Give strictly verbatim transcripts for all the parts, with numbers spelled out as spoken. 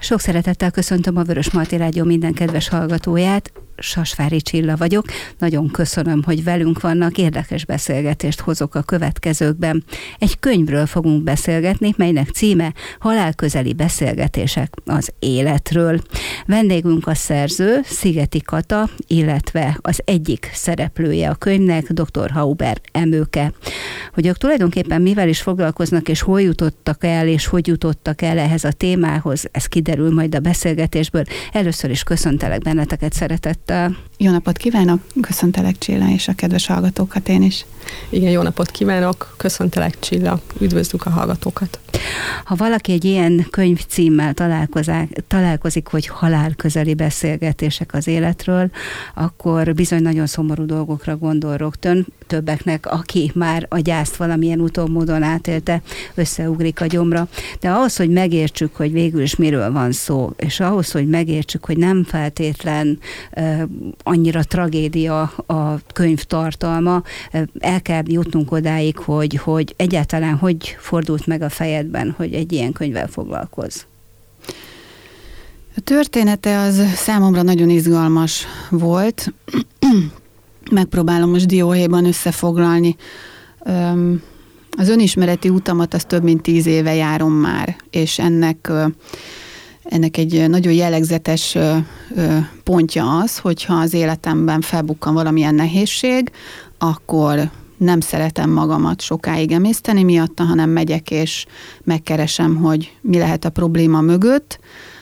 Sok szeretettel köszöntöm a Vörösmarty Rádió minden kedves hallgatóját. Sasvári Csilla vagyok. Nagyon köszönöm, hogy velünk vannak. Érdekes beszélgetést hozok a következőkben. Egy könyvről fogunk beszélgetni, melynek címe Halálközeli beszélgetések az életről. Vendégünk a szerző, Szigeti Kata, illetve az egyik szereplője a könyvnek, dr. Hauber Emőke. Hogy ők tulajdonképpen mivel is foglalkoznak, és hol jutottak el, és hogy jutottak el ehhez a témához, ez kiderül majd a beszélgetésből. Először is köszöntelek benneteket szeretettel. Jó napot kívánok, köszöntelek Csilla, és a kedves hallgatókat én is. Igen, jó napot kívánok, köszöntelek Csilla, üdvözlük a hallgatókat. Ha valaki egy ilyen könyvcímmel találkozik, hogy halálközeli beszélgetések az életről, akkor bizony nagyon szomorú dolgokra gondol rögtön. Többeknek, aki már a gyászt valamilyen úton, módon átélte, összeugrik a gyomra. De ahhoz, hogy megértsük, hogy végül is miről van szó, és ahhoz, hogy megértsük, hogy nem feltétlen uh, annyira tragédia a könyv tartalma, uh, el kell jutnunk odáig, hogy, hogy egyáltalán hogy fordult meg a fejedben, hogy egy ilyen könyvvel foglalkozz. A története az számomra nagyon izgalmas volt. Megpróbálom most dióhéjban összefoglalni. Az önismereti utamat az több mint tíz éve járom már, és ennek, ennek egy nagyon jellegzetes pontja az, hogyha az életemben felbukkan valamilyen nehézség, akkor nem szeretem magamat sokáig emészteni miatta, hanem megyek és megkeresem, hogy mi lehet a probléma mögött,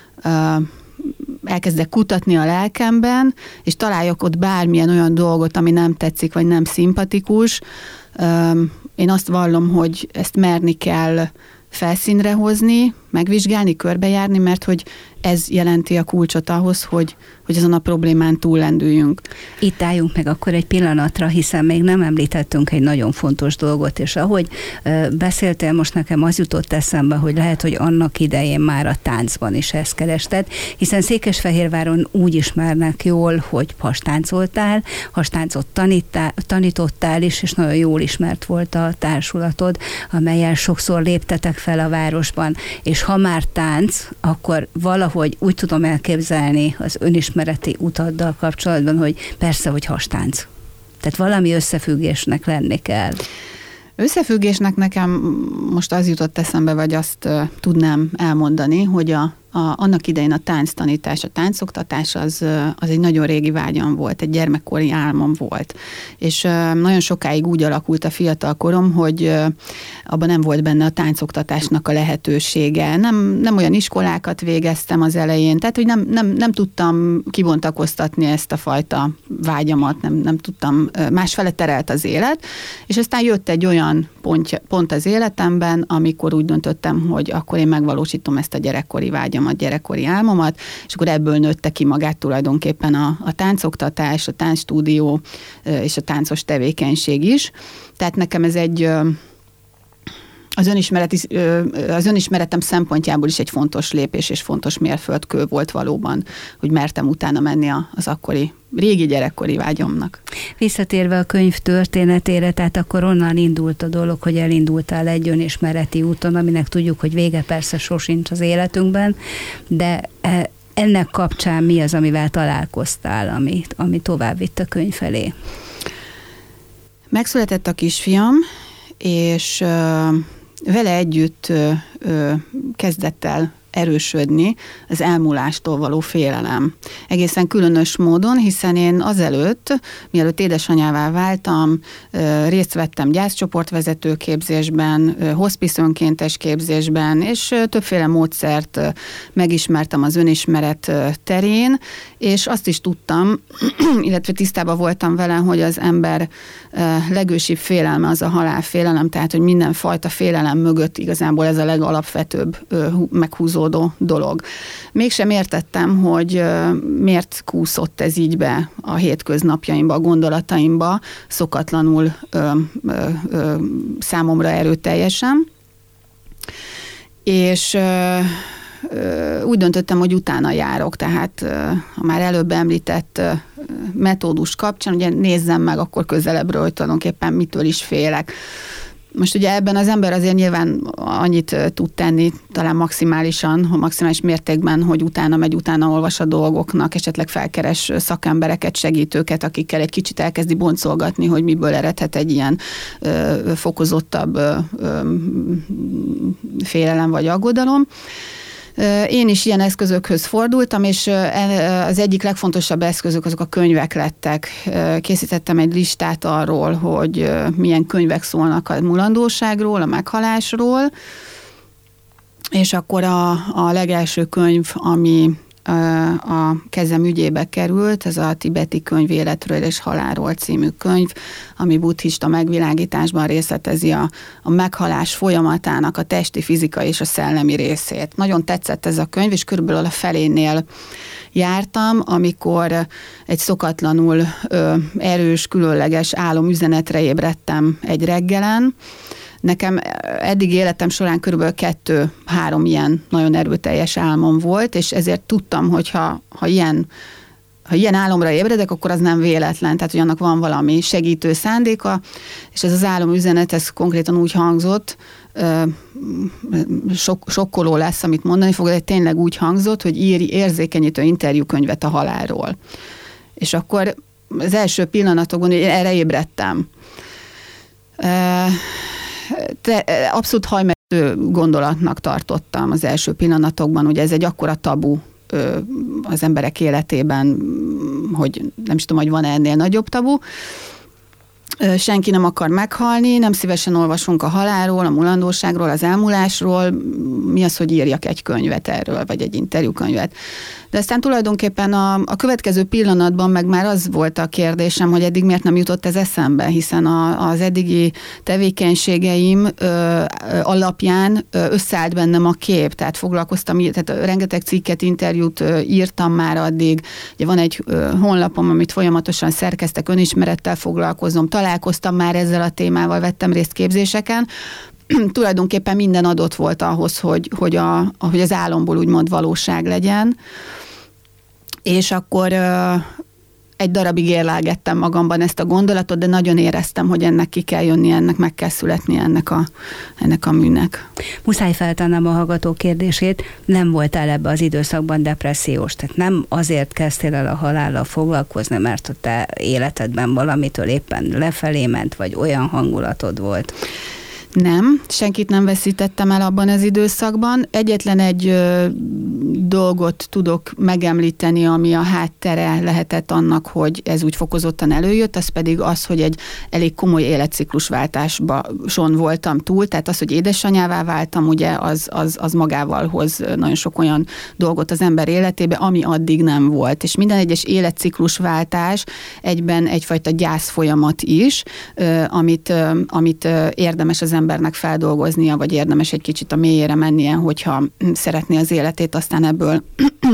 elkezdek kutatni a lelkemben, és találjak ott bármilyen olyan dolgot, ami nem tetszik, vagy nem szimpatikus. Én azt vallom, hogy ezt merni kell felszínre hozni, megvizsgálni, körbejárni, mert hogy ez jelenti a kulcsot ahhoz, hogy, hogy azon a problémán túllendüljünk. Itt álljunk meg akkor egy pillanatra, hiszen még nem említettünk egy nagyon fontos dolgot, és ahogy ö, beszéltél, most nekem az jutott eszembe, hogy lehet, hogy annak idején már a táncban is ezt kerested, hiszen Székesfehérváron úgy ismernek jól, hogy hastáncoltál, hastáncot taníttál, tanítottál is, és nagyon jól ismert volt a társulatod, amellyel sokszor léptetek fel a városban, és ha már tánc, akkor valahogy úgy tudom elképzelni az önismereti utaddal kapcsolatban, hogy persze, hogy hastánc. Tehát valami összefüggésnek lenni kell. Összefüggésnek nekem most az jutott eszembe, vagy azt uh, tudnám elmondani, hogy a, a, annak idején a tánctanítás, a táncoktatás az, uh, az egy nagyon régi vágyam volt, egy gyermekkori álmom volt. És uh, nagyon sokáig úgy alakult a fiatal korom, hogy uh, abban nem volt benne a táncoktatásnak a lehetősége. Nem, nem olyan iskolákat végeztem az elején, tehát hogy nem, nem, nem tudtam kibontakoztatni ezt a fajta vágyamat, nem, nem tudtam, uh, másfele terelt az élet, és aztán jött egy olyan Pont, pont az életemben, amikor úgy döntöttem, hogy akkor én megvalósítom ezt a gyerekkori vágyamat, gyerekkori álmomat, és akkor ebből nőtte ki magát tulajdonképpen a, a táncoktatás, a táncstúdió és a táncos tevékenység is. Tehát nekem ez egy az, önismereti, az önismeretem szempontjából is egy fontos lépés és fontos mérföldkő volt valóban, hogy mertem utána menni az akkori régi gyerekkori vágyomnak. Visszatérve a könyv történetére, tehát akkor onnan indult a dolog, hogy elindultál egy önismereti úton, aminek tudjuk, hogy vége persze sosincs az életünkben, de ennek kapcsán mi az, amivel találkoztál, ami, ami tovább vitt a könyv felé? Megszületett a kisfiam, és vele együtt kezdett el erősödni az elmúlástól való félelem. Egészen különös módon, hiszen én azelőtt, mielőtt édesanyává váltam, részt vettem gyászcsoportvezető képzésben, hospice önkéntes képzésben, és többféle módszert megismertem az önismeret terén, és azt is tudtam, illetve tisztában voltam vele, hogy az ember legősibb félelme az a halálfélelem, tehát, hogy mindenfajta félelem mögött igazából ez a legalapvetőbb meghúzódó dolog. Mégsem értettem, hogy miért kúszott ez így be a hétköznapjaimba, a gondolataimba, szokatlanul ö, ö, ö, számomra erőteljesen. És ö, ö, úgy döntöttem, hogy utána járok, tehát ö, a már előbb említett ö, metódus kapcsán, ugye nézzem meg akkor közelebbről, hogy tulajdonképpen mitől is félek. Most ugye ebben az ember azért nyilván annyit tud tenni, talán maximálisan, maximális mértékben, hogy utána megy, utána olvas a dolgoknak, esetleg felkeres szakembereket, segítőket, akikkel egy kicsit elkezdi boncolgatni, hogy miből eredhet egy ilyen ö, fokozottabb ö, ö, félelem vagy aggodalom. Én is ilyen eszközökhöz fordultam, és az egyik legfontosabb eszközök azok a könyvek lettek. Készítettem egy listát arról, hogy milyen könyvek szólnak a mulandóságról, a meghalásról, és akkor a, a legelső könyv, ami a kezem ügyébe került, ez a Tibeti könyv Életről és halálról című könyv, ami buddhista megvilágításban részletezi a, a meghalás folyamatának a testi, fizikai és a szellemi részét. Nagyon tetszett ez a könyv, és körülbelül a felénél jártam, amikor egy szokatlanul ö, erős, különleges álomüzenetre ébredtem egy reggelen. Nekem eddig életem során körülbelül kettő-három ilyen nagyon erőteljes álmom volt, és ezért tudtam, hogy ha, ha, ilyen, ha ilyen álomra ébredek, akkor az nem véletlen, tehát hogy annak van valami segítő szándéka, és ez az álomüzenet, ez konkrétan úgy hangzott, sok, sokkoló lesz, amit mondani fogod, de tényleg úgy hangzott, hogy írj érzékenyítő interjúkönyvet a halálról. És akkor az első pillanatokban hogy erre ébredtem. Te, abszolút hajmerő gondolatnak tartottam az első pillanatokban, ugye ez egy akkora tabu az emberek életében, hogy nem is tudom, hogy van ennél nagyobb tabu. Senki nem akar meghalni, nem szívesen olvasunk a halálról, a mulandóságról, az elmúlásról, mi az, hogy írjak egy könyvet erről, vagy egy interjúkönyvet. De aztán tulajdonképpen a, a következő pillanatban meg már az volt a kérdésem, hogy eddig miért nem jutott ez eszembe, hiszen a, az eddigi tevékenységeim ö, alapján ö, összeállt bennem a kép, tehát foglalkoztam, tehát rengeteg cikket, interjút ö, írtam már addig, ugye van egy ö, honlapom, amit folyamatosan szerkeztek, önismerettel foglalkozom, találkoztam már ezzel a témával, vettem részt képzéseken, tulajdonképpen minden adott volt ahhoz, hogy, hogy, a, hogy az álomból úgymond valóság legyen. És akkor ö, egy darabig érlelgettem magamban ezt a gondolatot, de nagyon éreztem, hogy ennek ki kell jönni, ennek meg kell születni ennek a, ennek a műnek. Muszáj feltennem a hallgató kérdését, nem voltál ebbe az időszakban depressziós, tehát nem azért kezdtél el a halállal foglalkozni, mert a te életedben valamitől éppen lefelé ment, vagy olyan hangulatod volt? Nem, senkit nem veszítettem el abban az időszakban. Egyetlen egy ö, dolgot tudok megemlíteni, ami a háttere lehetett annak, hogy ez úgy fokozottan előjött, az pedig az, hogy egy elég komoly életciklusváltáson voltam túl, tehát az, hogy édesanyává váltam, ugye az, az, az magával hoz nagyon sok olyan dolgot az ember életébe, ami addig nem volt. És minden egyes életciklusváltás egyben egyfajta gyászfolyamat is, ö, amit, ö, amit ö, érdemes az embernek feldolgoznia, vagy érdemes egy kicsit a mélyére mennie, hogyha szeretné az életét aztán ebből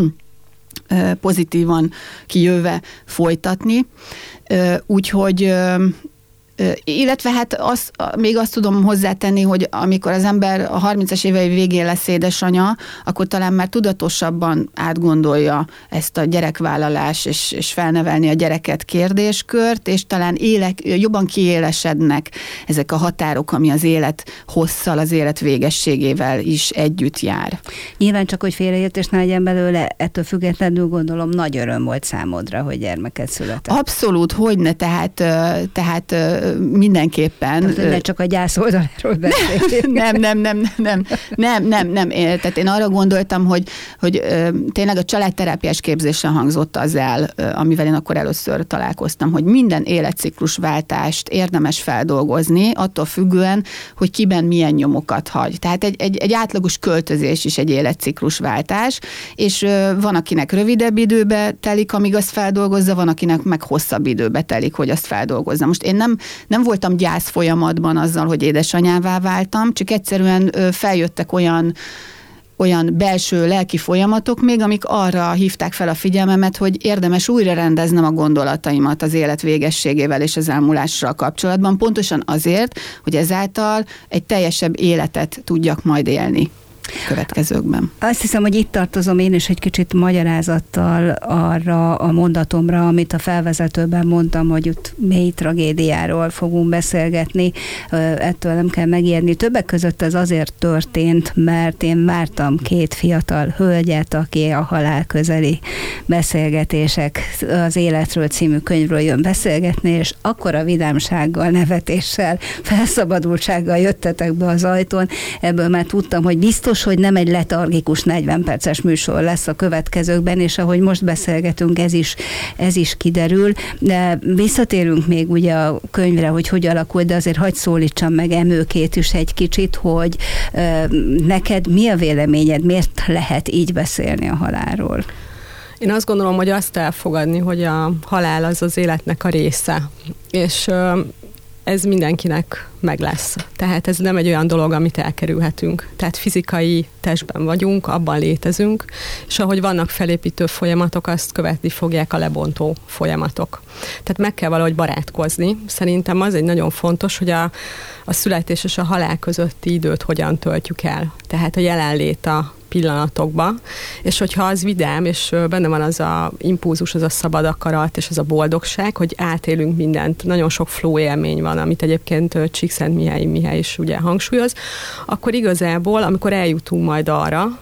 pozitívan kijöve folytatni. Úgyhogy illetve hát az, még azt tudom hozzátenni, hogy amikor az ember a harmincas évei végén lesz édesanya, akkor talán már tudatosabban átgondolja ezt a gyerekvállalás és, és felnevelni a gyereket kérdéskört, és talán élek, jobban kiélesednek ezek a határok, ami az élet hosszal, az élet végességével is együtt jár. Nyilván csak, hogy félreértés ne legyen belőle, ettől függetlenül gondolom nagy öröm volt számodra, hogy gyermeket született. Abszolút, hogyne, tehát, tehát mindenképpen. Ne csak a gyász oldaláról beszélni. Nem, nem, nem, nem, nem, nem, nem. Tehát én arra gondoltam, hogy, hogy tényleg a családterápiás képzésen hangzott az el, amivel én akkor először találkoztam, hogy minden életciklusváltást érdemes feldolgozni, attól függően, hogy kiben milyen nyomokat hagy. Tehát egy, egy, egy átlagos költözés is egy életciklusváltás, és van, akinek rövidebb időbe telik, amíg azt feldolgozza, van, akinek meg hosszabb időbe telik, hogy azt feldolgozza. Most én nem Nem voltam gyász folyamatban azzal, hogy édesanyává váltam, csak egyszerűen feljöttek olyan, olyan belső lelki folyamatok még, amik arra hívták fel a figyelmemet, hogy érdemes újra rendeznem a gondolataimat az élet végességével és az elmúlással kapcsolatban, pontosan azért, hogy ezáltal egy teljesebb életet tudjak majd élni. következőkben. Azt hiszem, hogy itt tartozom én is egy kicsit magyarázattal arra a mondatomra, amit a felvezetőben mondtam, hogy itt mély tragédiáról fogunk beszélgetni, ettől nem kell megijedni. Többek között ez azért történt, mert én vártam két fiatal hölgyet, aki a halál közeli beszélgetések az Életről című könyvről jön beszélgetni, és akkora vidámsággal, nevetéssel, felszabadultsággal jöttetek be az ajtón, ebből már tudtam, hogy biztos, hogy nem egy letargikus negyven perces műsor lesz a következőkben, és ahogy most beszélgetünk, ez is, ez is kiderül. De visszatérünk még ugye a könyvre, hogy hogy alakul, de azért hadd szólítsam meg Emőkét is egy kicsit, hogy ö, neked mi a véleményed, miért lehet így beszélni a halálról? Én azt gondolom, hogy azt elfogadni, hogy a halál az az életnek a része, és ö, ez mindenkinek meg lesz. Tehát ez nem egy olyan dolog, amit elkerülhetünk. Tehát fizikai testben vagyunk, abban létezünk, és ahogy vannak felépítő folyamatok, azt követni fogják a lebontó folyamatok. Tehát meg kell valahogy barátkozni. Szerintem az egy nagyon fontos, hogy a, a születés és a halál közötti időt hogyan töltjük el. Tehát a jelenlét a pillanatokba, és hogyha az vidám, és benne van az a impulzus, az a szabad akarat, és az a boldogság, hogy átélünk mindent, nagyon sok flow élmény van, amit egyébként Csíkszentmihalyi Mihály is ugye hangsúlyoz, akkor igazából, amikor eljutunk majd arra,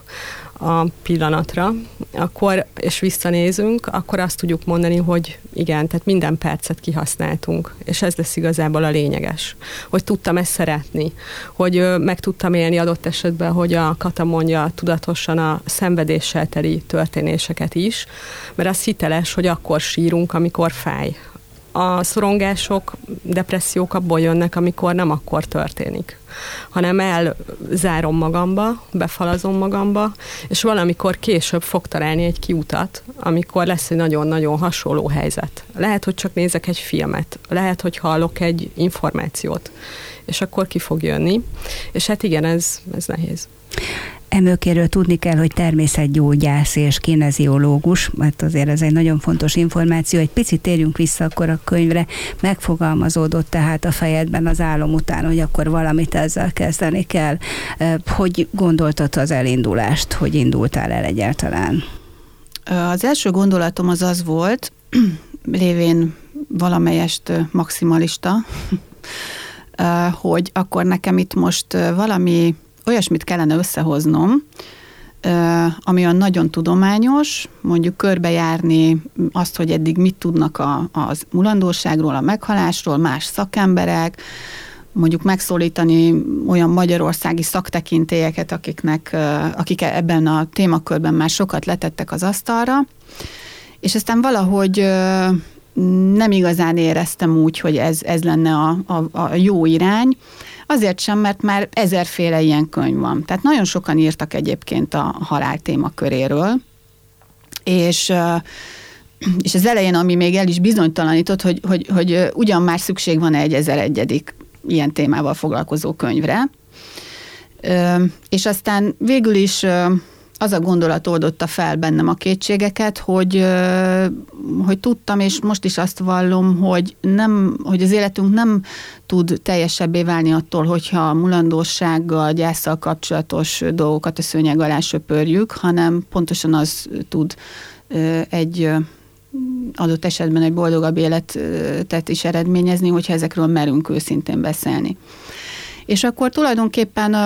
a pillanatra, akkor, és visszanézünk, akkor azt tudjuk mondani, hogy igen, tehát minden percet kihasználtunk, és ez lesz igazából a lényeges. Hogy tudtam ezt szeretni, hogy ö, meg tudtam élni adott esetben, hogy a Kata mondja tudatosan a szenvedéssel teli történéseket is, mert az hiteles, hogy akkor sírunk, amikor fáj. A szorongások, depressziók abból jönnek, amikor nem akkor történik, hanem elzárom magamba, befalazom magamba, és valamikor később fog találni egy kiutat, amikor lesz egy nagyon-nagyon hasonló helyzet. Lehet, hogy csak nézek egy filmet, lehet, hogy hallok egy információt, és akkor ki fog jönni. És hát igen, ez, ez nehéz. Emőkéről tudni kell, hogy természetgyógyász és kineziológus, mert azért ez egy nagyon fontos információ. Egy picit térjünk vissza akkor a könyvre. Megfogalmazódott tehát a fejedben az álom után, hogy akkor valamit ezzel kezdeni kell. Hogy gondoltad az elindulást? Hogy indultál el egyáltalán? Az első gondolatom az az volt, lévén valamelyest maximalista, hogy akkor nekem itt most valami olyasmit kellene összehoznom, ami olyan nagyon tudományos, mondjuk körbejárni azt, hogy eddig mit tudnak a, az mulandóságról, a meghalásról, más szakemberek, mondjuk megszólítani olyan magyarországi szaktekintélyeket, akiknek, akik ebben a témakörben már sokat letettek az asztalra, és aztán valahogy nem igazán éreztem úgy, hogy ez, ez lenne a, a, a jó irány. Azért sem, mert már ezerféle ilyen könyv van. Tehát nagyon sokan írtak egyébként a halál témaköréről, és, és az elején, ami még el is bizonytalanított, hogy, hogy, hogy ugyan már szükség van egy ezredegyedik ilyen témával foglalkozó könyvre. És aztán végül is az a gondolat oldotta fel bennem a kétségeket, hogy, hogy tudtam, és most is azt vallom, hogy, nem, hogy az életünk nem tud teljesebbé válni attól, hogyha a mulandósággal, gyászsal kapcsolatos dolgokat a szőnyeg alá söpörjük, hanem pontosan az tud egy adott esetben egy boldogabb életet is eredményezni, hogyha ezekről merünk őszintén beszélni. És akkor tulajdonképpen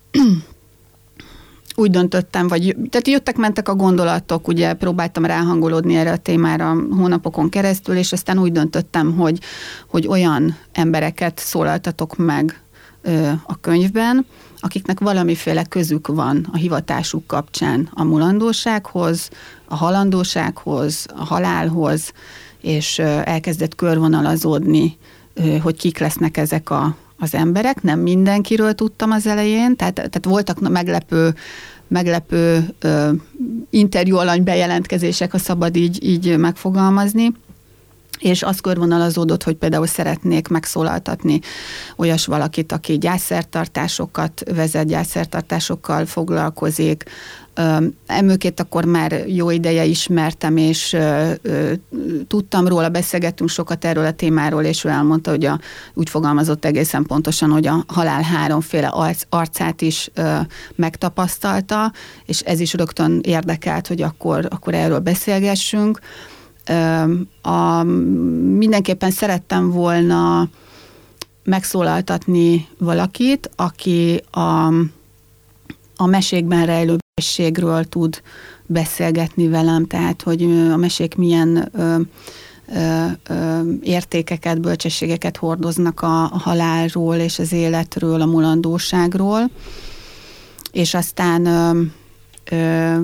úgy döntöttem, vagy tehát jöttek-mentek a gondolatok, ugye próbáltam ráhangolódni erre a témára hónapokon keresztül, és aztán úgy döntöttem, hogy, hogy olyan embereket szólaltatok meg ö, a könyvben, akiknek valamiféle közük van a hivatásuk kapcsán a mulandósághoz, a halandósághoz, a halálhoz, és ö, elkezdett körvonalazódni, ö, hogy kik lesznek ezek a az emberek, nem mindenkiről tudtam az elején, tehát, tehát voltak meglepő, meglepő ö, interjú alany bejelentkezések, ha szabad így, így megfogalmazni, és az körvonalazódott, hogy például szeretnék megszólaltatni olyas valakit, aki gyászszertartásokat vezet, gyászszertartásokkal foglalkozik. Emőkét akkor már jó ideje ismertem, és ö, ö, tudtam róla, beszélgettünk sokat erről a témáról, és ő elmondta, hogy a, úgy fogalmazott egészen pontosan, hogy a halál háromféle arc, arcát is ö, megtapasztalta, és ez is rögtön érdekelt, hogy akkor, akkor erről beszélgessünk. A, mindenképpen szerettem volna megszólaltatni valakit, aki a, a mesékben rejlő bölcsességről tud beszélgetni velem, tehát hogy a mesék milyen ö, ö, ö, értékeket, bölcsességeket hordoznak a, a halálról és az életről, a mulandóságról, és aztán ö, ö,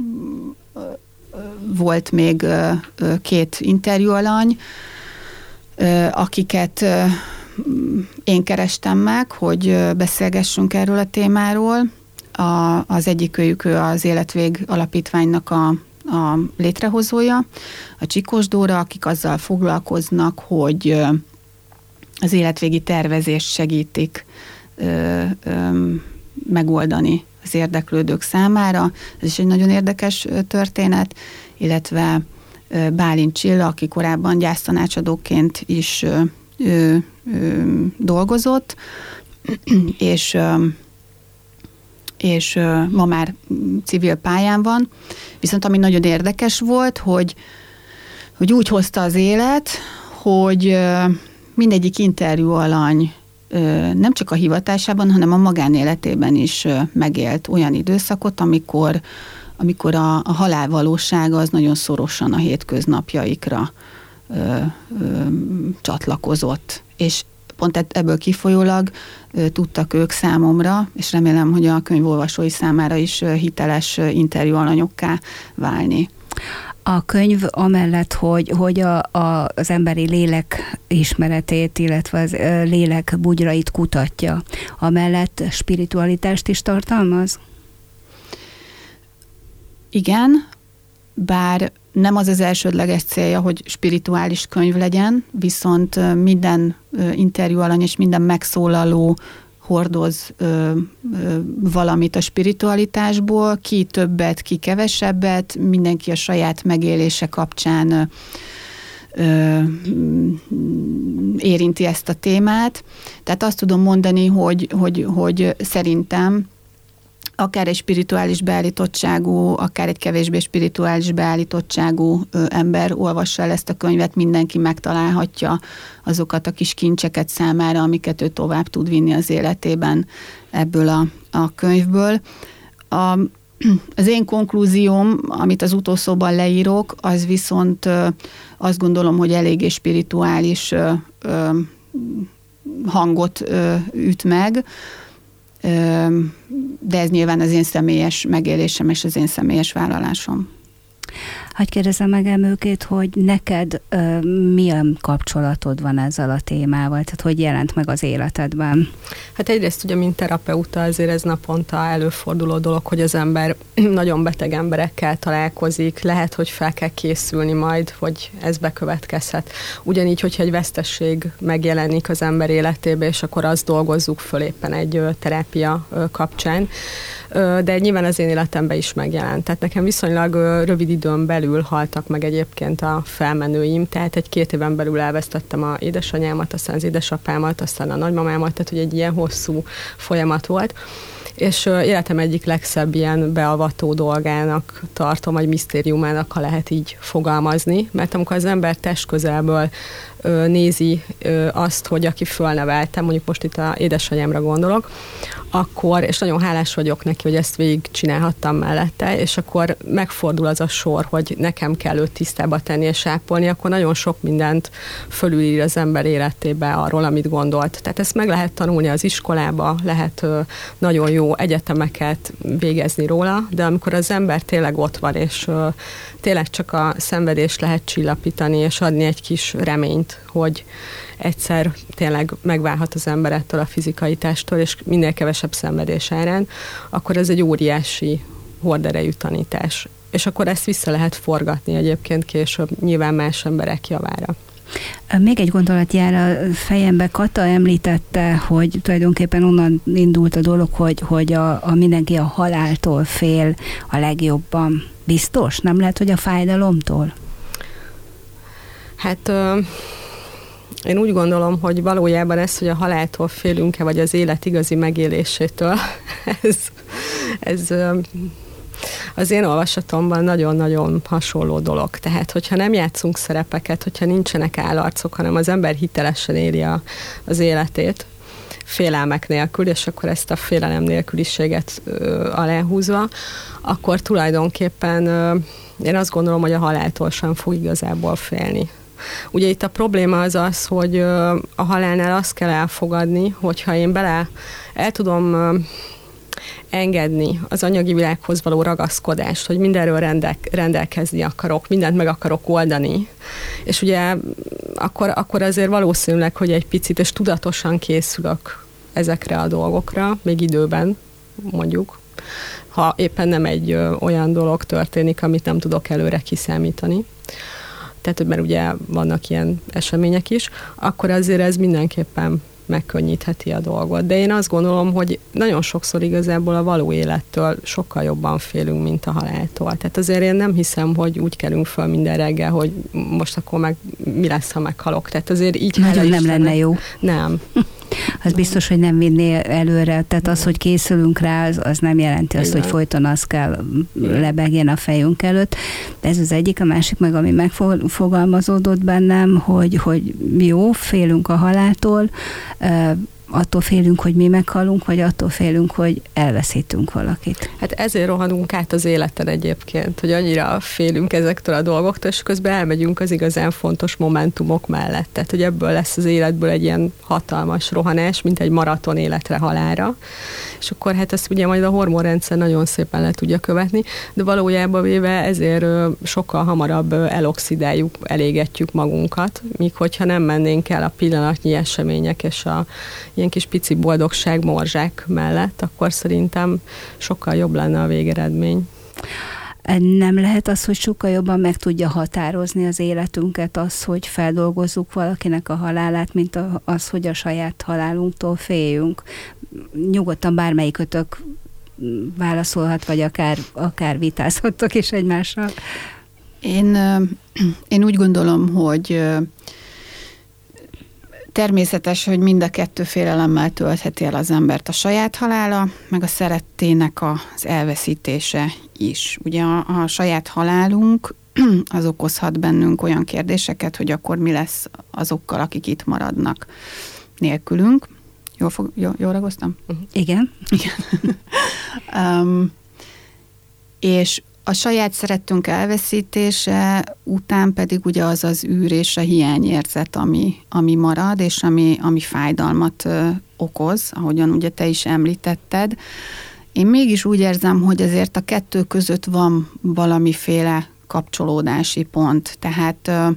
volt még két interjúalany, akiket én kerestem meg, hogy beszélgessünk erről a témáról. A, az egyikőjük az Életvég Alapítványnak a, a létrehozója, a Csikós Dóra, akik azzal foglalkoznak, hogy az életvégi tervezést segítik ö, ö, megoldani az érdeklődők számára. Ez is egy nagyon érdekes történet, illetve Bálint Csilla, aki korábban gyásztanácsadóként is ö, ö, ö, dolgozott, és, ö, és ö, ma már civil pályán van. Viszont ami nagyon érdekes volt, hogy, hogy úgy hozta az élet, hogy ö, mindegyik interjú alany nem csak a hivatásában, hanem a magánéletében is megélt olyan időszakot, amikor, amikor a, a halál valósága az nagyon szorosan a hétköznapjaikra ö, ö, csatlakozott. És pont ebből kifolyólag ö, tudtak ők számomra, és remélem, hogy a könyvolvasói számára is hiteles interjú alanyokká válni. A könyv amellett, hogy, hogy a, a, az emberi lélek ismeretét, illetve az lélek bugyrait kutatja, amellett spiritualitást is tartalmaz? Igen, bár nem az az elsődleges célja, hogy spirituális könyv legyen, viszont minden interjú alany és minden megszólaló hordoz ö, ö, valamit a spiritualitásból, ki többet, ki kevesebbet, mindenki a saját megélése kapcsán ö, ö, érinti ezt a témát. Tehát azt tudom mondani, hogy, hogy, hogy szerintem akár egy spirituális beállítottságú, akár egy kevésbé spirituális beállítottságú ö, ember olvassa el ezt a könyvet, mindenki megtalálhatja azokat a kis kincseket számára, amiket ő tovább tud vinni az életében ebből a, a könyvből. A, az én konklúzióm, amit az utószóban leírok, az viszont ö, azt gondolom, hogy eléggé spirituális ö, ö, hangot ö, üt meg, de ez nyilván az én személyes megélésem és az én személyes vállalásom. Hadd kérdezem meg Emőkét, hogy neked uh, milyen kapcsolatod van ezzel a témával, tehát hogy jelent meg az életedben? Hát egyrészt ugye, mint terapeuta, azért ez naponta előforduló dolog, hogy az ember nagyon beteg emberekkel találkozik, lehet, hogy fel kell készülni majd, hogy ez bekövetkezhet. Ugyanígy, hogyha egy vesztesség megjelenik az ember életébe, és akkor azt dolgozzuk föl éppen egy terápia kapcsán, de nyilván az én életemben is megjelent. Tehát nekem viszonylag rövid időn belül haltak meg egyébként a felmenőim, tehát egy két éven belül elvesztettem a édesanyámat, aztán az édesapámat, aztán a nagymamámat, tehát hogy egy ilyen hosszú folyamat volt. És életem egyik legszebb ilyen beavató dolgának tartom, vagy misztériumának, ha lehet így fogalmazni, mert amikor az ember testközelből ö, nézi ö, azt, hogy aki fölneveltem, mondjuk most itt az édesanyámra gondolok, akkor, és nagyon hálás vagyok neki, hogy ezt végig csinálhattam mellette, és akkor megfordul az a sor, hogy nekem kell őt tisztába tenni és ápolni, akkor nagyon sok mindent fölülír az ember életébe arról, amit gondolt. Tehát ezt meg lehet tanulni az iskolába, lehet ö, nagyon jó egyetemeket végezni róla, de amikor az ember tényleg ott van, és ö, tényleg csak a szenvedést lehet csillapítani, és adni egy kis reményt, hogy egyszer tényleg megválhat az ember ettől a fizikai testtől, és minél kevesebb szenvedés árán, akkor ez egy óriási horderejű tanítás. És akkor ezt vissza lehet forgatni egyébként később, nyilván más emberek javára. Még egy gondolat jár a fejembe. Kata említette, hogy tulajdonképpen onnan indult a dolog, hogy, hogy a, a mindenki a haláltól fél a legjobban. Biztos? Nem lehet, hogy a fájdalomtól? Hát ö, én úgy gondolom, hogy valójában ez, hogy a haláltól félünk-e, vagy az élet igazi megélésétől, ez, ez ö, az én olvasatomban nagyon-nagyon hasonló dolog. Tehát, hogyha nem játszunk szerepeket, hogyha nincsenek állarcok, hanem az ember hitelesen éli a, az életét, félelmek nélkül, és akkor ezt a félelem nélküliséget ö, aláhúzva, akkor tulajdonképpen ö, én azt gondolom, hogy a haláltól sem fog igazából félni. Ugye itt a probléma az az, hogy ö, a halálnál azt kell elfogadni, hogyha én bele el tudom ö, engedni az anyagi világhoz való ragaszkodást, hogy mindenről rendel, rendelkezni akarok, mindent meg akarok oldani, és ugye akkor, akkor azért valószínűleg, hogy egy picit, és tudatosan készülök ezekre a dolgokra, még időben mondjuk, ha éppen nem egy ö, olyan dolog történik, amit nem tudok előre kiszámítani. Tehát, mert ugye vannak ilyen események is, akkor azért ez mindenképpen megkönnyítheti a dolgot. De én azt gondolom, hogy nagyon sokszor igazából a való élettől sokkal jobban félünk, mint a haláltól. Tehát azért én nem hiszem, hogy úgy kelünk föl minden reggel, hogy most akkor meg mi lesz, ha meghalok. Tehát azért így nagyon nem lenne jó. Nem. Az biztos, hogy nem vinné előre. Tehát az, hogy készülünk rá, az, az nem jelenti azt, hogy folyton az kell lebegjen a fejünk előtt. De ez az egyik, a másik meg, ami megfogalmazódott bennem, hogy, hogy jó, félünk a haláltól, attól félünk, hogy mi meghalunk, vagy attól félünk, hogy elveszítünk valakit. Hát ezért rohanunk át az életen egyébként, hogy annyira félünk ezektől a dolgoktól, és közben elmegyünk az igazán fontos momentumok mellett. Tehát, hogy ebből lesz az életből egy ilyen hatalmas rohanás, mint egy maraton életre halálra. És akkor hát ezt ugye majd a hormonrendszer nagyon szépen le tudja követni, de valójában véve ezért sokkal hamarabb eloxidáljuk, elégetjük magunkat, míg hogyha nem mennénk el a pillanatnyi események és a ilyen kis pici boldogság morzsák mellett, akkor szerintem sokkal jobb lenne a végeredmény. Nem lehet az, hogy sokkal jobban meg tudja határozni az életünket, az, hogy feldolgozzuk valakinek a halálát, mint az, hogy a saját halálunktól féljünk. Nyugodtan bármelyikötök válaszolhat, vagy akár, akár vitázhattok is egymással. Én, én úgy gondolom, hogy természetes, hogy mind a kettő félelemmel töltheti el az embert, a saját halála, meg a szerettének az elveszítése is. Ugye a, a saját halálunk az okozhat bennünk olyan kérdéseket, hogy akkor mi lesz azokkal, akik itt maradnak nélkülünk. Jól, fog, jól, jól ragoztam? Igen. Igen. um, és a saját szerettünk elveszítése után pedig ugye az az űr és a hiányérzet, ami, ami marad, és ami, ami fájdalmat ö, okoz, ahogyan ugye te is említetted. Én mégis úgy érzem, hogy azért a kettő között van valamiféle kapcsolódási pont. Tehát ö,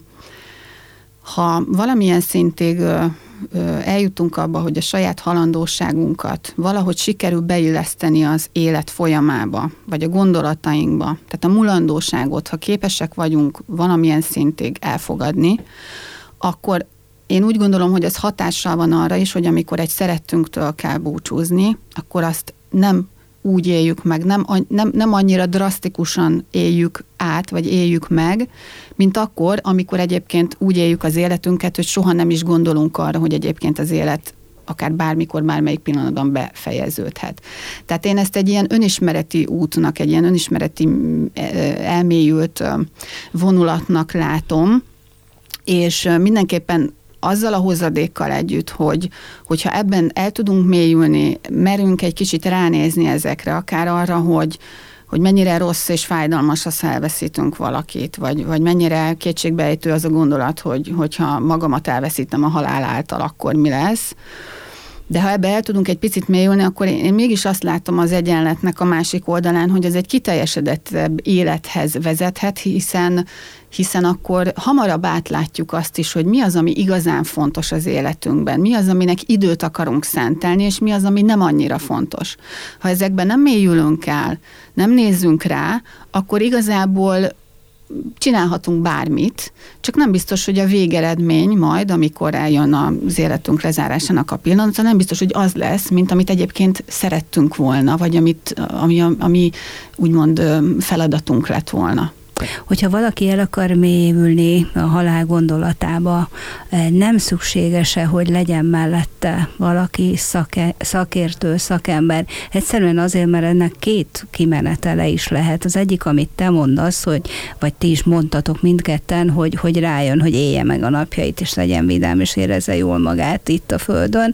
ha valamilyen szintig ö, eljutunk abba, hogy a saját halandóságunkat valahogy sikerül beilleszteni az élet folyamába, vagy a gondolatainkba, tehát a mulandóságot, ha képesek vagyunk valamilyen szintig elfogadni, akkor én úgy gondolom, hogy ez hatással van arra is, hogy amikor egy szerettünktől kell búcsúzni, akkor azt nem úgy éljük meg, nem, nem, nem annyira drasztikusan éljük át, vagy éljük meg, mint akkor, amikor egyébként úgy éljük az életünket, hogy soha nem is gondolunk arra, hogy egyébként az élet akár bármikor, bármelyik pillanatban befejeződhet. Tehát én ezt egy ilyen önismereti útnak, egy ilyen önismereti elmélyült vonulatnak látom, és mindenképpen azzal a hozadékkal együtt, hogy, hogyha ebben el tudunk mélyülni, merünk egy kicsit ránézni ezekre, akár arra, hogy, hogy mennyire rossz és fájdalmas, ha elveszítünk valakit, vagy, vagy mennyire kétségbeejtő az a gondolat, hogy, hogyha magamat elveszítem a halál által, akkor mi lesz. De ha ebbe el tudunk egy picit mélyülni, akkor én, én mégis azt látom az egyenletnek a másik oldalán, hogy ez egy kiteljesedettebb élethez vezethet, hiszen, hiszen akkor hamarabb átlátjuk azt is, hogy mi az, ami igazán fontos az életünkben, mi az, aminek időt akarunk szentelni, és mi az, ami nem annyira fontos. Ha ezekben nem mélyülünk el, nem nézzünk rá, akkor igazából csinálhatunk bármit, csak nem biztos, hogy a végeredmény majd, amikor eljön az életünk lezárásának a pillanata, nem biztos, hogy az lesz, mint amit egyébként szerettünk volna, vagy amit, ami, ami úgymond feladatunk lett volna. Hogyha valaki el akar mélyülni a halál gondolatába, nem szükséges-e, hogy legyen mellette valaki szake, szakértő, szakember? Egyszerűen azért, mert ennek két kimenetele is lehet. Az egyik, amit te mondasz, hogy, vagy ti is mondtatok mindketten, hogy, hogy rájön, hogy élje meg a napjait, és legyen vidám, és érezze jól magát itt a Földön.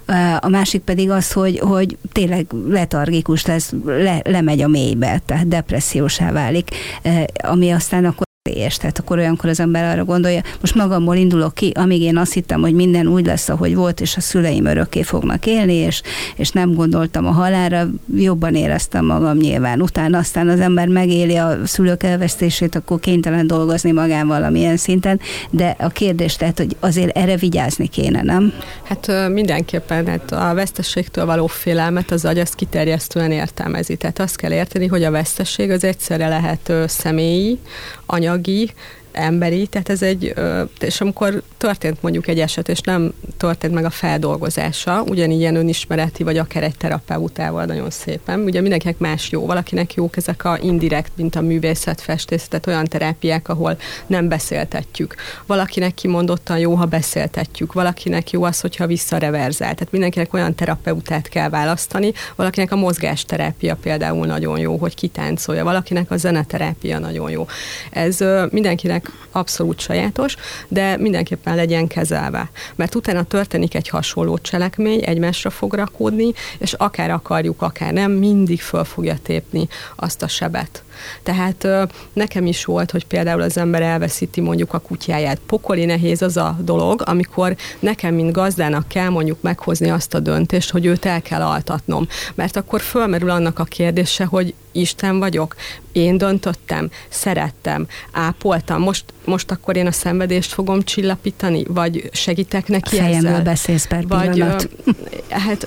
A másik pedig az, hogy, hogy tényleg letargikus lesz, le, lemegy a mélybe, tehát depressziósá válik, ami aztán akkor és tehát akkor olyankor az ember arra gondolja, most magamból indulok ki, amíg én azt hittem, hogy minden úgy lesz, ahogy volt, és a szüleim örökké fognak élni, és, és nem gondoltam a halálra, jobban éreztem magam nyilván. Utána aztán az ember megéli a szülők elvesztését, akkor kénytelen dolgozni magán valamilyen szinten, de a kérdés tehát, hogy azért erre vigyázni kéne, nem? Hát mindenképpen, hát a veszteségtől való félelmet az agy azt kiterjesztően értelmezi. Tehát azt kell érteni, hogy a veszteség az egyszerre lehet személyi, anyagi, emberi, tehát ez egy, és amikor történt mondjuk egy eset, és nem történt meg a feldolgozása, ugyanígy ilyen önismereti, vagy akár egy terapeutával nagyon szépen. Ugye mindenkinek más jó, valakinek jók ezek a indirekt, mint a művészet, festészet, tehát olyan terápiák, ahol nem beszéltetjük. Valakinek kimondottan jó, ha beszéltetjük. Valakinek jó az, hogyha visszareverzál. Tehát mindenkinek olyan terapeutát kell választani. Valakinek a mozgásterápia például nagyon jó, hogy kitáncolja. Valakinek a zeneterápia nagyon jó. Ez mindenkinek abszolút sajátos, de mindenképpen legyen kezelve. Mert utána történik egy hasonló cselekmény, egymásra fog rakódni, és akár akarjuk, akár nem, mindig föl fogja tépni azt a sebet. Tehát nekem is volt, hogy például az ember elveszíti mondjuk a kutyáját. Pokoli nehéz az a dolog, amikor nekem, mint gazdának kell mondjuk meghozni azt a döntést, hogy őt el kell altatnom. Mert akkor fölmerül annak a kérdése, hogy Isten vagyok, én döntöttem, szerettem, ápoltam, most, most akkor én a szenvedést fogom csillapítani, vagy segítek neki ezzel? Fejemből beszélsz per pillanat. Vagy, hát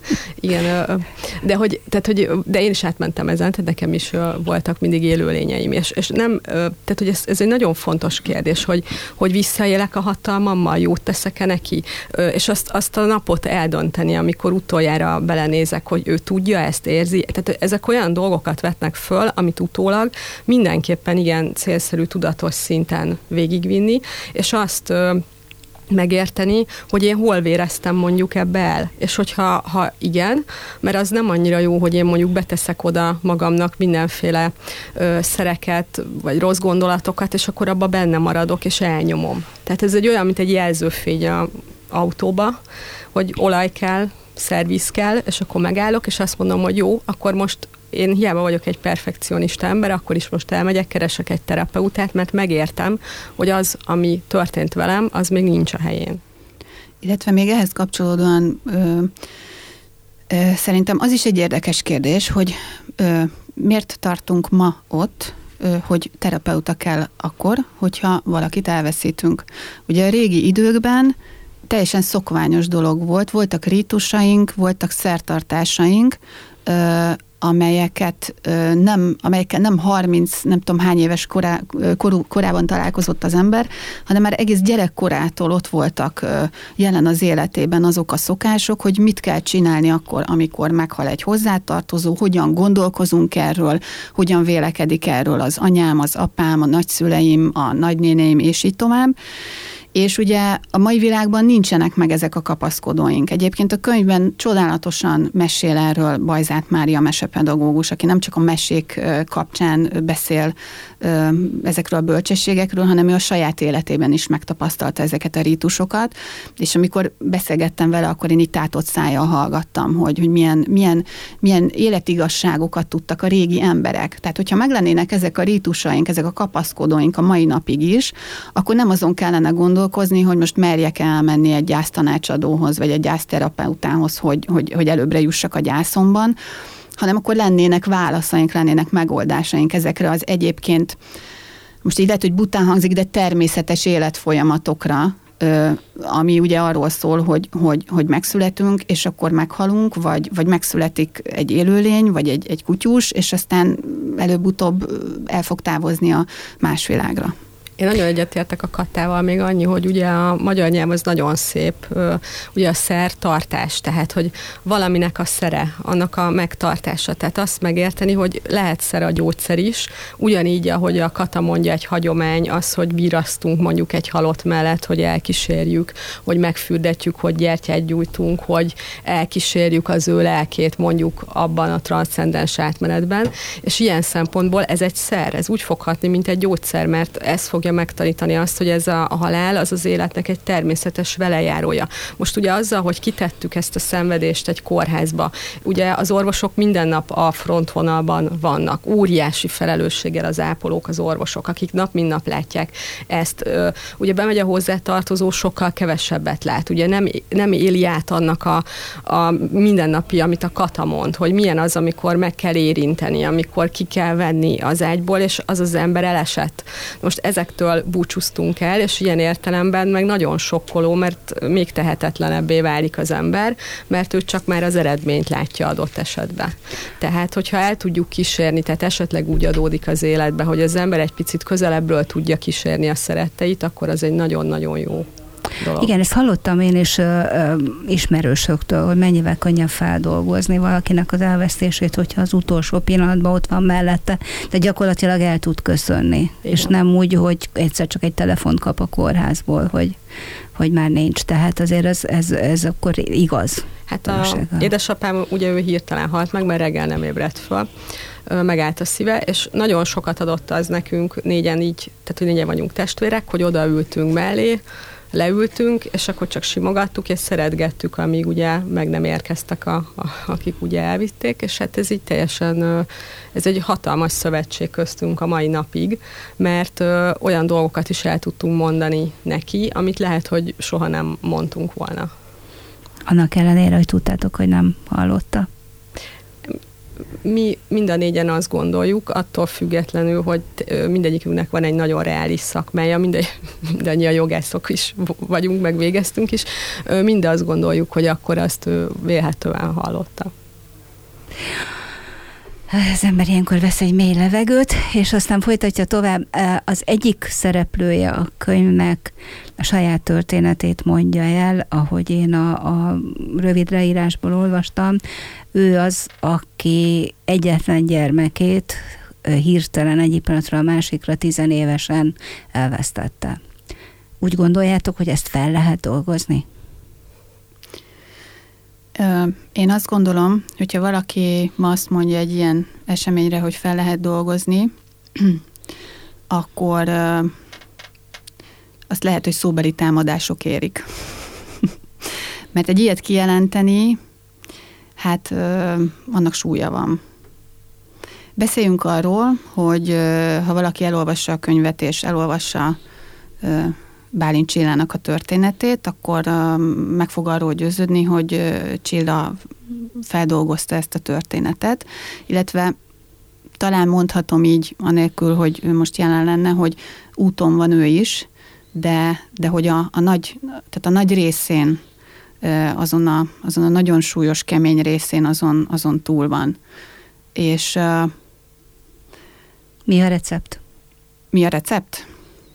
igen, de, hogy, tehát, hogy, de én is átmentem ezen, tehát nekem is voltak mindig élőlényeim, és, és nem, tehát hogy ez, ez egy nagyon fontos kérdés, hogy, hogy visszaélek a hatalmammal, jót teszek-e neki, és azt, azt a napot eldönteni, amikor utoljára belenézek, hogy ő tudja, ezt érzi, tehát ezek olyan dolgokat vetnek föl, amit utólag mindenképpen igen célszerű, tudatos szinten végigvinni, és azt megérteni, hogy én hol véreztem mondjuk ebbe el. És hogyha ha igen, mert az nem annyira jó, hogy én mondjuk beteszek oda magamnak mindenféle ö, szereket, vagy rossz gondolatokat, és akkor abba benne maradok, és elnyomom. Tehát ez egy olyan, mint egy jelzőfény a autóba, hogy olaj kell, szerviz kell, és akkor megállok, és azt mondom, hogy jó, akkor most én hiába vagyok egy perfekcionista ember, akkor is most elmegyek, keresek egy terapeutát, mert megértem, hogy az, ami történt velem, az még nincs a helyén. Illetve még ehhez kapcsolódóan ö, ö, szerintem az is egy érdekes kérdés, hogy ö, miért tartunk ma ott, ö, hogy terapeuta kell akkor, hogyha valakit elveszítünk. Ugye a régi időkben teljesen szokványos dolog volt, voltak rítusaink, voltak szertartásaink, ö, amelyeket nem, amelyeket nem harminc, nem tudom hány éves korá, korú, korában találkozott az ember, hanem már egész gyerekkorától ott voltak jelen az életében azok a szokások, hogy mit kell csinálni akkor, amikor meghal egy hozzátartozó, hogyan gondolkozunk erről, hogyan vélekedik erről az anyám, az apám, a nagyszüleim, a nagynéneim, és így tovább. És ugye a mai világban nincsenek meg ezek a kapaszkodóink. Egyébként a könyvben csodálatosan mesél erről Bajzát Mária mesepedagógus, aki nem csak a mesék kapcsán beszél ezekről a bölcsességekről, hanem ő a saját életében is megtapasztalta ezeket a rítusokat, és amikor beszélgettem vele, akkor én itt tátott szájjal hallgattam, hogy, hogy milyen, milyen, milyen életigasságokat tudtak a régi emberek. Tehát, hogyha meglennének ezek a rítusaink, ezek a kapaszkodóink a mai napig is, akkor nem azon kellene gondolkozni, hogy most merjek elmenni egy gyásztanácsadóhoz, vagy egy gyászterapeutához, hogy, hogy, hogy előbbre jussak a gyászomban, hanem akkor lennének válaszaink, lennének megoldásaink ezekre az egyébként, most így lehet, hogy bután hangzik, de természetes életfolyamatokra, ami ugye arról szól, hogy, hogy, hogy megszületünk, és akkor meghalunk, vagy, vagy megszületik egy élőlény, vagy egy, egy kutyus, és aztán előbb-utóbb el fog távozni a más világra. Én nagyon egyetértek a Kattával, még annyi, hogy ugye a magyar nyelv az nagyon szép, ugye a szertartás, tehát, hogy valaminek a szere, annak a megtartása, tehát azt megérteni, hogy lehet szere a gyógyszer is, ugyanígy, ahogy a Kata mondja, egy hagyomány az, hogy bírasztunk mondjuk egy halott mellett, hogy elkísérjük, hogy megfürdetjük, hogy gyertyát gyújtunk, hogy elkísérjük az ő lelkét mondjuk abban a transzcendens átmenetben, és ilyen szempontból ez egy szer, ez úgy fog hatni, mint egy gyógyszer, mert ez fogja megtanítani azt, hogy ez a halál az az életnek egy természetes velejárója. Most ugye azzal, hogy kitettük ezt a szenvedést egy kórházba, ugye az orvosok minden nap a frontvonalban vannak, óriási felelősséggel az ápolók, az orvosok, akik nap mint nap látják ezt. Ugye bemegy a hozzátartozó, sokkal kevesebbet lát. Ugye nem, nem éli át annak a, a mindennapi, amit a Kata mond, hogy milyen az, amikor meg kell érinteni, amikor ki kell venni az ágyból, és az az ember elesett. Most ezektől búcsúztunk el, és ilyen értelemben meg nagyon sokkoló, mert még tehetetlenebbé válik az ember, mert ő csak már az eredményt látja adott esetben. Tehát, hogyha el tudjuk kísérni, tehát esetleg úgy adódik az életbe, hogy az ember egy picit közelebbről tudja kísérni a szeretteit, akkor az egy nagyon-nagyon jó dolog. Igen, ezt hallottam én is ö, ö, ismerősöktől, hogy mennyivel könnyebb feldolgozni valakinek az elvesztését, hogyha az utolsó pillanatban ott van mellette, de gyakorlatilag el tud köszönni. Igen. És nem úgy, hogy egyszer csak egy telefont kap a kórházból, hogy, hogy már nincs. Tehát azért ez, ez, ez akkor igaz. Hát a édesapám, ugye ő hirtelen halt meg, mert reggel nem ébredt fel. Megállt a szíve, és nagyon sokat adott az nekünk, négyen így, tehát hogy négyen vagyunk testvérek, hogy odaültünk mellé, leültünk, és akkor csak simogattuk, és szeretgettük, amíg ugye meg nem érkeztek, a, a, akik ugye elvitték, és hát ez így teljesen, ez egy hatalmas szövetség köztünk a mai napig, mert ö, olyan dolgokat is el tudtunk mondani neki, amit lehet, hogy soha nem mondtunk volna. Annak ellenére, hogy tudtátok, hogy nem hallotta? Mi mind a négyen azt gondoljuk, attól függetlenül, hogy mindegyikünknek van egy nagyon reális szakmája, mindegy, mindannyian jogászok is vagyunk, meg végeztünk is, mind azt gondoljuk, hogy akkor azt vélhetően hallotta. Az ember ilyenkor vesz egy mély levegőt, és aztán folytatja tovább. Az egyik szereplője a könyvnek a saját történetét mondja el, ahogy én a, a rövid leírásból olvastam. Ő az, aki egyetlen gyermekét hirtelen egyik pillanatra a másikra tizenévesen elvesztette. Úgy gondoljátok, hogy ezt fel lehet dolgozni? Én azt gondolom, hogyha valaki ma azt mondja egy ilyen eseményre, hogy fel lehet dolgozni, akkor azt lehet, hogy szóbeli támadások érik. Mert egy ilyet kijelenteni, hát annak súlya van. Beszéljünk arról, hogy ha valaki elolvassa a könyvet és elolvassa Bálint Csillának a történetét, akkor uh, meg fog arról győződni, hogy uh, Csilla feldolgozta ezt a történetet, illetve talán mondhatom így, anélkül, hogy ő most jelen lenne, hogy úton van ő is, de, de hogy a, a, nagy, tehát a nagy részén, uh, azon, a, azon a nagyon súlyos, kemény részén azon, azon túl van. És uh, mi a recept? Mi a recept?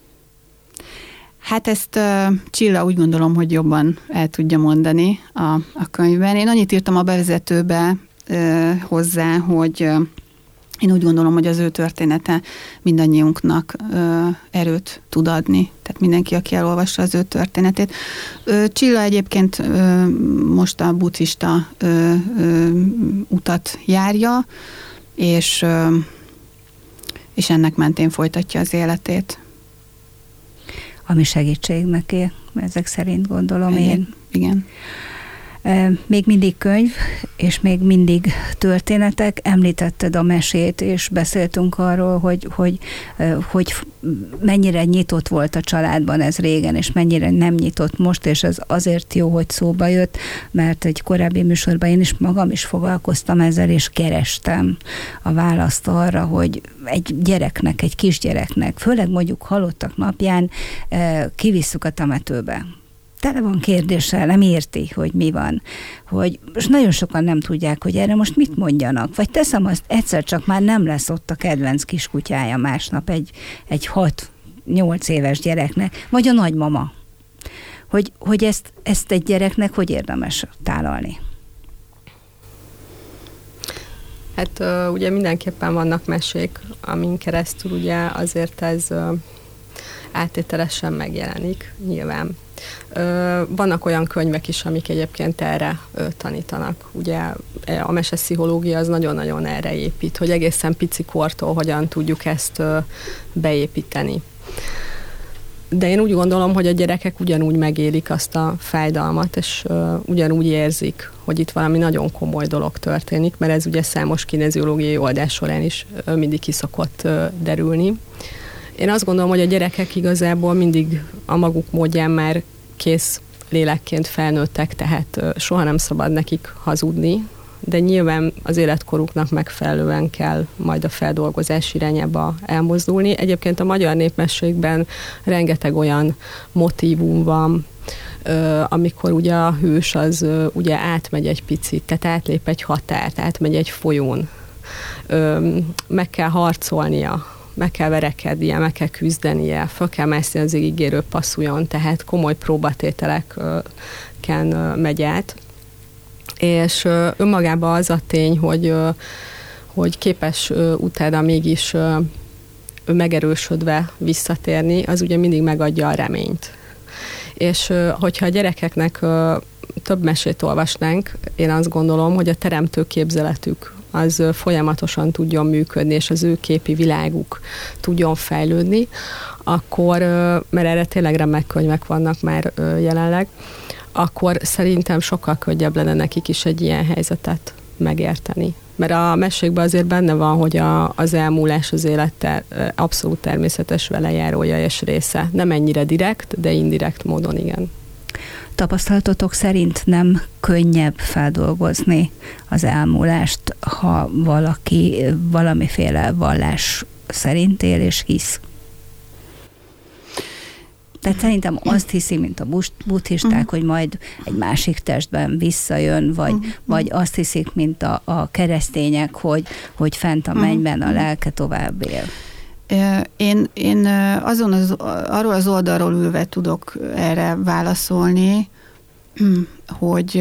Hát ezt uh, Csilla úgy gondolom, hogy jobban el tudja mondani a, a könyvben. Én annyit írtam a bevezetőbe uh, hozzá, hogy uh, én úgy gondolom, hogy az ő története mindannyiunknak uh, erőt tud adni. Tehát mindenki, aki elolvassa az ő történetét. Uh, Csilla egyébként uh, most a buddhista uh, uh, utat járja, és, uh, és ennek mentén folytatja az életét. Ami segítség neki, ezek szerint gondolom igen, én. Igen. Még mindig könyv, és még mindig történetek. Említetted a mesét, és beszéltünk arról, hogy, hogy, hogy mennyire nyitott volt a családban ez régen, és mennyire nem nyitott most, és ez azért jó, hogy szóba jött, mert egy korábbi műsorban én is magam is foglalkoztam ezzel, és kerestem a választ arra, hogy egy gyereknek, egy kisgyereknek, főleg mondjuk halottak napján kivisszük a temetőbe. Tele van kérdéssel, nem érti, hogy mi van. Hogy most nagyon sokan nem tudják, hogy erre most mit mondjanak. Vagy teszem azt, egyszer csak már nem lesz ott a kedvenc kiskutyája másnap egy, egy hat-nyolc éves gyereknek, vagy a nagymama. Hogy, hogy ezt, ezt egy gyereknek hogy érdemes tálalni? Hát ugye mindenképpen vannak mesék, amin keresztül ugye azért ez áttételesen megjelenik, nyilván. Vannak olyan könyvek is, amik egyébként erre tanítanak. Ugye a mesepszichológia az nagyon-nagyon erre épít, hogy egészen pici kortól hogyan tudjuk ezt beépíteni. De én úgy gondolom, hogy a gyerekek ugyanúgy megélik azt a fájdalmat, és ugyanúgy érzik, hogy itt valami nagyon komoly dolog történik, mert ez ugye számos kineziológiai oldás során is mindig ki szokott derülni. Én azt gondolom, hogy a gyerekek igazából mindig a maguk módján már kész lélekként felnőttek, tehát soha nem szabad nekik hazudni, de nyilván az életkoruknak megfelelően kell majd a feldolgozás irányába elmozdulni. Egyébként a magyar népmesékben rengeteg olyan motívum van, amikor ugye a hős az ugye átmegy egy picit, tehát átlép egy határt, átmegy egy folyón, meg kell harcolnia, meg kell verekednie, meg kell küzdenie, föl kell mászni az ígérő passzuljon, tehát komoly próbatételeken megy át. És önmagában az a tény, hogy, hogy képes utána mégis megerősödve visszatérni, az ugye mindig megadja a reményt. És hogyha a gyerekeknek több mesét olvasnánk, én azt gondolom, hogy a teremtő képzeletük az folyamatosan tudjon működni, és az ő képi világuk tudjon fejlődni, akkor, mert erre tényleg remek könyvek vannak már jelenleg, akkor szerintem sokkal könnyebb lenne nekik is egy ilyen helyzetet megérteni. Mert a mesékben azért benne van, hogy a, az elmúlás az élet abszolút természetes velejárója és része. Nem ennyire direkt, de indirekt módon igen. Tapasztalatotok szerint nem könnyebb feldolgozni az elmúlást, ha valaki valamiféle vallás szerint él és hisz? Tehát szerintem azt hiszi, mint a buddhisták, uh-huh. hogy majd egy másik testben visszajön, vagy, uh-huh. vagy azt hiszik, mint a, a keresztények, hogy, hogy fent a mennyben a lelke tovább él. Én, én azon az, arról az oldalról ülve tudok erre válaszolni, hogy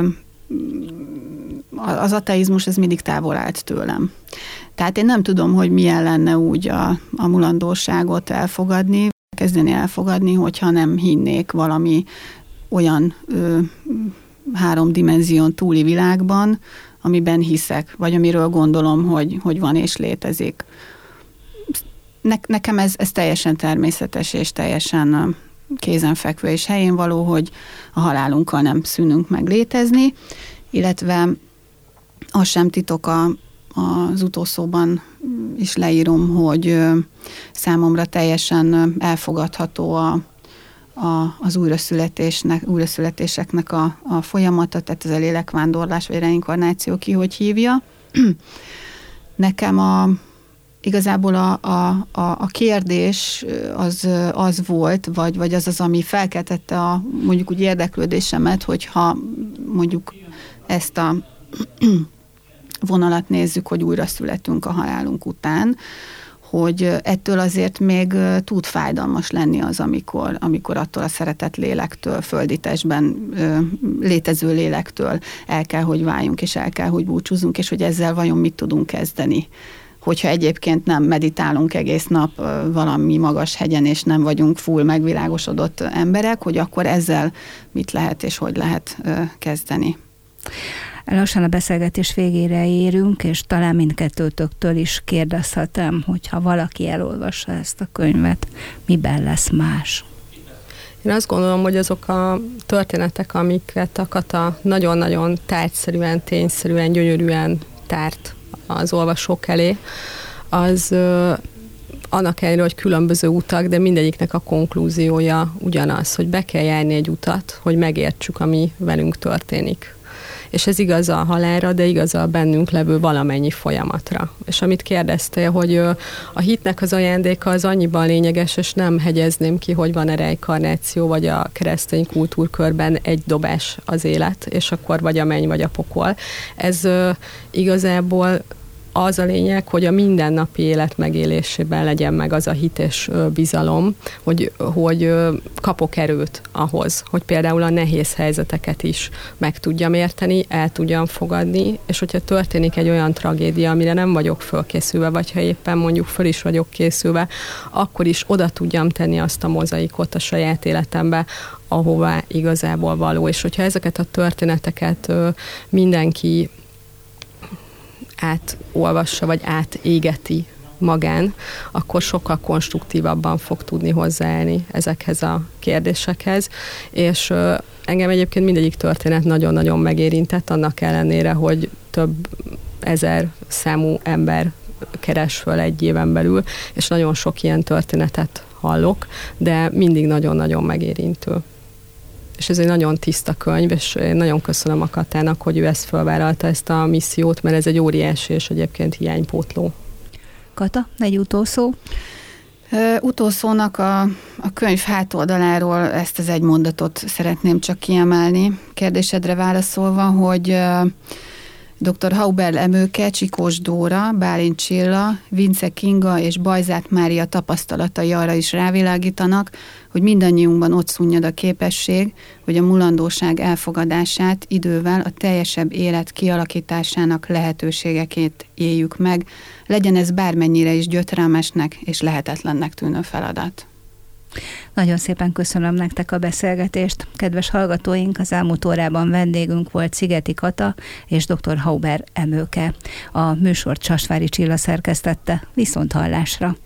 az ateizmus ez mindig távol állt tőlem. Tehát én nem tudom, hogy milyen lenne úgy a, a mulandóságot elfogadni, kezdeni elfogadni, hogyha nem hinnék valami olyan ö, három dimenzión túli világban, amiben hiszek, vagy amiről gondolom, hogy, hogy van és létezik. Ne, nekem ez, ez teljesen természetes és teljesen kézenfekvő és helyén való, hogy a halálunkkal nem szűnünk meg létezni, illetve az sem titok a az utószóban is leírom, hogy számomra teljesen elfogadható a, a, az újraszületésnek, újraszületéseknek a, a folyamata, tehát ez a lélekvándorlás, vagy reinkarnáció, ki hogy hívja. Nekem a, igazából a, a, a kérdés az, az volt, vagy, vagy az az, ami felkeltette a mondjuk úgy érdeklődésemet, hogyha mondjuk ezt a vonalat nézzük, hogy újra születünk a halálunk után, hogy ettől azért még tud fájdalmas lenni az, amikor, amikor attól a szeretett lélektől, földi testben létező lélektől el kell, hogy váljunk, és el kell, hogy búcsúzzunk, és hogy ezzel vajon mit tudunk kezdeni. Hogyha egyébként nem meditálunk egész nap valami magas hegyen, és nem vagyunk full megvilágosodott emberek, hogy akkor ezzel mit lehet és hogy lehet kezdeni. Lassan a beszélgetés végére érünk, és talán mindkettőtöktől is kérdezhetem, hogyha valaki elolvassa ezt a könyvet, miben lesz más? Én azt gondolom, hogy azok a történetek, amiket a Kata nagyon-nagyon tárgyszerűen, tényszerűen, gyönyörűen tárt az olvasók elé, az annak ellenére, hogy különböző utak, de mindegyiknek a konklúziója ugyanaz, hogy be kell járni egy utat, hogy megértsük, ami velünk történik. És ez igaz a halálra, de igaz a bennünk levő valamennyi folyamatra. És amit kérdeztél, hogy a hitnek az ajándéka az annyiban lényeges, és nem hegyezném ki, hogy van-e reinkarnáció, vagy a keresztény kultúrkörben egy dobás az élet, és akkor vagy a menny, vagy a pokol. Ez igazából az a lényeg, hogy a mindennapi élet megélésében legyen meg az a hit és bizalom, hogy, hogy kapok erőt ahhoz, hogy például a nehéz helyzeteket is meg tudjam érteni, el tudjam fogadni, és hogyha történik egy olyan tragédia, amire nem vagyok fölkészülve, vagy ha éppen mondjuk föl is vagyok készülve, akkor is oda tudjam tenni azt a mozaikot a saját életembe, ahová igazából való. És hogyha ezeket a történeteket mindenki átolvassa, vagy átégeti magán, akkor sokkal konstruktívabban fog tudni hozzáállni ezekhez a kérdésekhez, és engem egyébként mindegyik történet nagyon-nagyon megérintett, annak ellenére, hogy több ezer számú ember keres föl egy éven belül, és nagyon sok ilyen történetet hallok, de mindig nagyon-nagyon megérintő. És ez egy nagyon tiszta könyv, és én nagyon köszönöm a Katának, hogy ő ezt felvállalta, ezt a missziót, mert ez egy óriási és egyébként hiánypótló. Kata, egy utolszó? Uh, utószónak a, a könyv hátoldaláról ezt az egy mondatot szeretném csak kiemelni, kérdésedre válaszolva, hogy uh, dr. Hauber Emőke, Csikós Dóra, Bálint Csilla, Vince Kinga és Bajzát Mária tapasztalatai arra is rávilágítanak, hogy mindannyiunkban ott szunnyad a képesség, hogy a mulandóság elfogadását idővel a teljesebb élet kialakításának lehetőségekét éljük meg, legyen ez bármennyire is gyötrelmesnek és lehetetlennek tűnő feladat. Nagyon szépen köszönöm nektek a beszélgetést. Kedves hallgatóink, az elmúlt órában vendégünk volt Szigeti Kata és dr. Hauber Emőke. A műsort Sasvári Csilla szerkesztette. Viszont hallásra!